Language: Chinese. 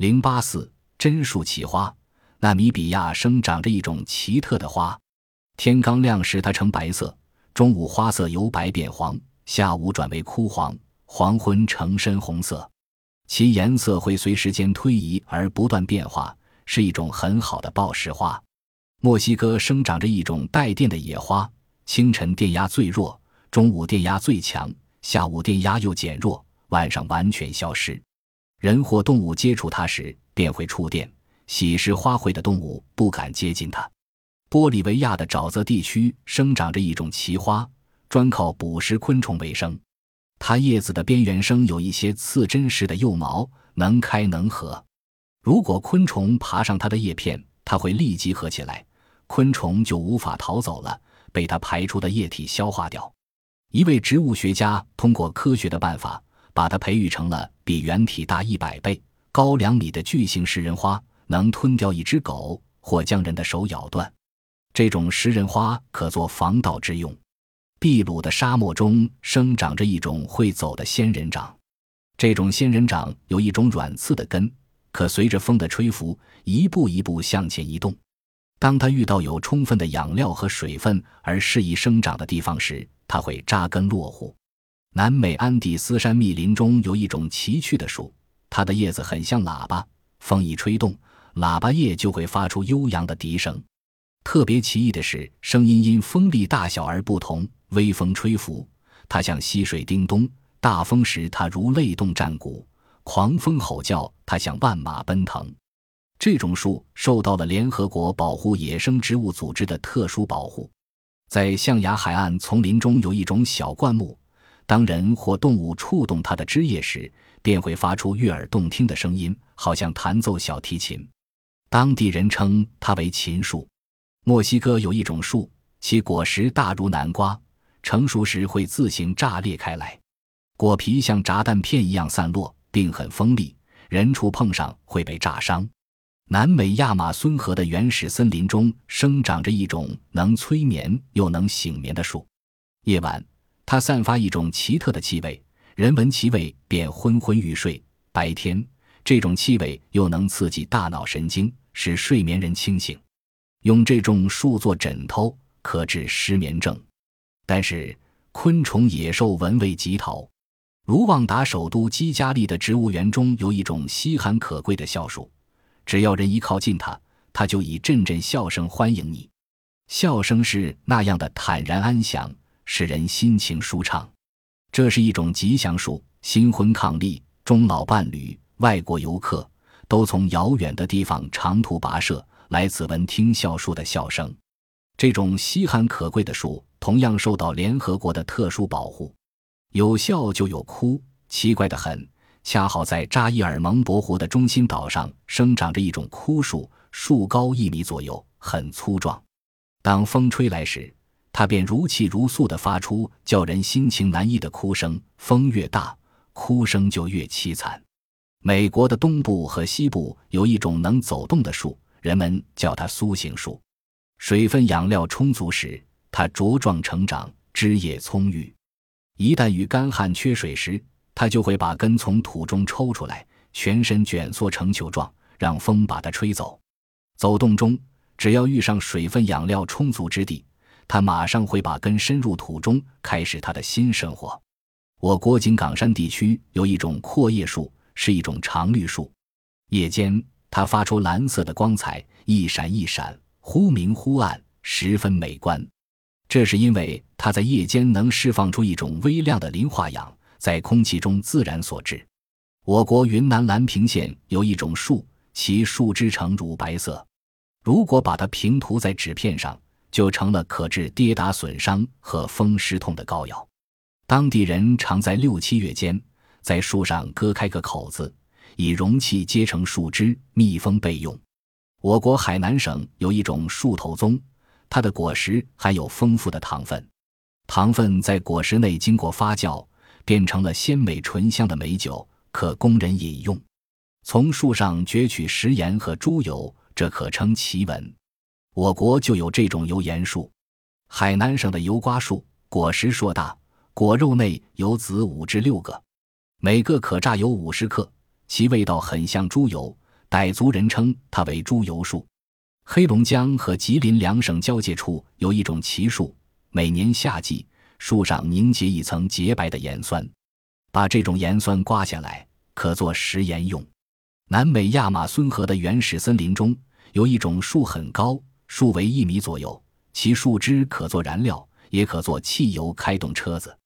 084针树奇花，纳米比亚生长着一种奇特的花，天刚亮时它呈白色，中午花色由白变黄，下午转为枯黄，黄昏呈深红色，其颜色会随时间推移而不断变化，是一种很好的报时花。墨西哥生长着一种带电的野花，清晨电压最弱，中午电压最强，下午电压又减弱，晚上完全消失。人或动物接触它时便会触电，喜食花卉的动物不敢接近它。玻利维亚的沼泽地区生长着一种奇花，专靠捕食昆虫为生。它叶子的边缘生有一些刺针似的幼毛，能开能合。如果昆虫爬上它的叶片，它会立即合起来，昆虫就无法逃走了，被它排出的液体消化掉。一位植物学家通过科学的办法，把它培育成了比原体大100倍、高2米的巨型食人花，能吞掉一只狗或将人的手咬断。这种食人花可做防盗之用。秘鲁的沙漠中生长着一种会走的仙人掌，这种仙人掌有一种软刺的根，可随着风的吹拂，一步一步向前移动。当它遇到有充分的养料和水分而适宜生长的地方时，它会扎根落户。南美安第斯山密林中有一种奇趣的树，它的叶子很像喇叭，风一吹动，喇叭叶就会发出悠扬的笛声。特别奇异的是，声音因风力大小而不同，微风吹拂，它像溪水叮咚；大风时它如泪动战鼓；狂风吼叫，它像万马奔腾。这种树受到了联合国保护野生植物组织的特殊保护。在象牙海岸丛林中有一种小灌木，当人或动物触动它的枝叶时，便会发出悦耳动听的声音，好像弹奏小提琴。当地人称它为琴树。墨西哥有一种树，其果实大如南瓜，成熟时会自行炸裂开来，果皮像炸弹片一样散落，并很锋利，人触碰上会被炸伤。南美亚马孙河的原始森林中生长着一种能催眠又能醒眠的树，夜晚它散发一种奇特的气味，人闻其味便昏昏欲睡，白天这种气味又能刺激大脑神经，使睡眠人清醒。用这种树做枕头可治失眠症。但是昆虫野兽闻味即逃。卢旺达首都基加利的植物园中有一种稀罕可贵的笑树，只要人一靠近它，它就以阵阵笑声欢迎你。笑声是那样的坦然安详，使人心情舒畅。这是一种吉祥树，新婚伉俪、终老伴侣、外国游客都从遥远的地方长途跋涉来此闻听笑树的笑声。这种稀罕可贵的树同样受到联合国的特殊保护。有笑就有哭，奇怪得很，恰好在扎伊尔蒙博湖的中心岛上生长着一种枯树，树高1米左右，很粗壮。当风吹来时，它便如泣如诉地发出叫人心情难抑的哭声，风越大，哭声就越凄惨。美国的东部和西部有一种能走动的树，人们叫它苏醒树。水分养料充足时，它茁壮成长，枝叶葱郁。一旦遇干旱缺水时，它就会把根从土中抽出来，全身卷缩成球状，让风把它吹走。走动中，只要遇上水分养料充足之地，它马上会把根深入土中，开始它的新生活。我国井冈山地区有一种阔叶树，是一种常绿树。夜间它发出蓝色的光彩，一闪一闪，忽明忽暗，十分美观。这是因为它在夜间能释放出一种微量的磷化氧，在空气中自然所致。我国云南兰平县有一种树，其树枝呈乳白色，如果把它平涂在纸片上，就成了可治跌打损伤和风湿痛的膏药。当地人常在6、7月间在树上割开个口子，以容器接成树枝，密封备用。我国海南省有一种树头棕，它的果实含有丰富的糖分，糖分在果实内经过发酵，变成了鲜美醇香的美酒，可供人饮用。从树上攫取食盐和猪油，这可称奇闻。我国就有这种油盐树。海南省的油瓜树，果实硕大，果肉内有籽5至6个，每个可榨油50克，其味道很像猪油， 傣族人称它为猪油树。黑龙江和吉林两省交界处有一种奇树，每年夏季树上凝结一层洁白的盐酸，把这种盐酸刮下来可做食盐用。南美亚马孙河的原始森林中有一种树很高，树为1米左右，其树枝可做燃料，也可做汽油开动车子。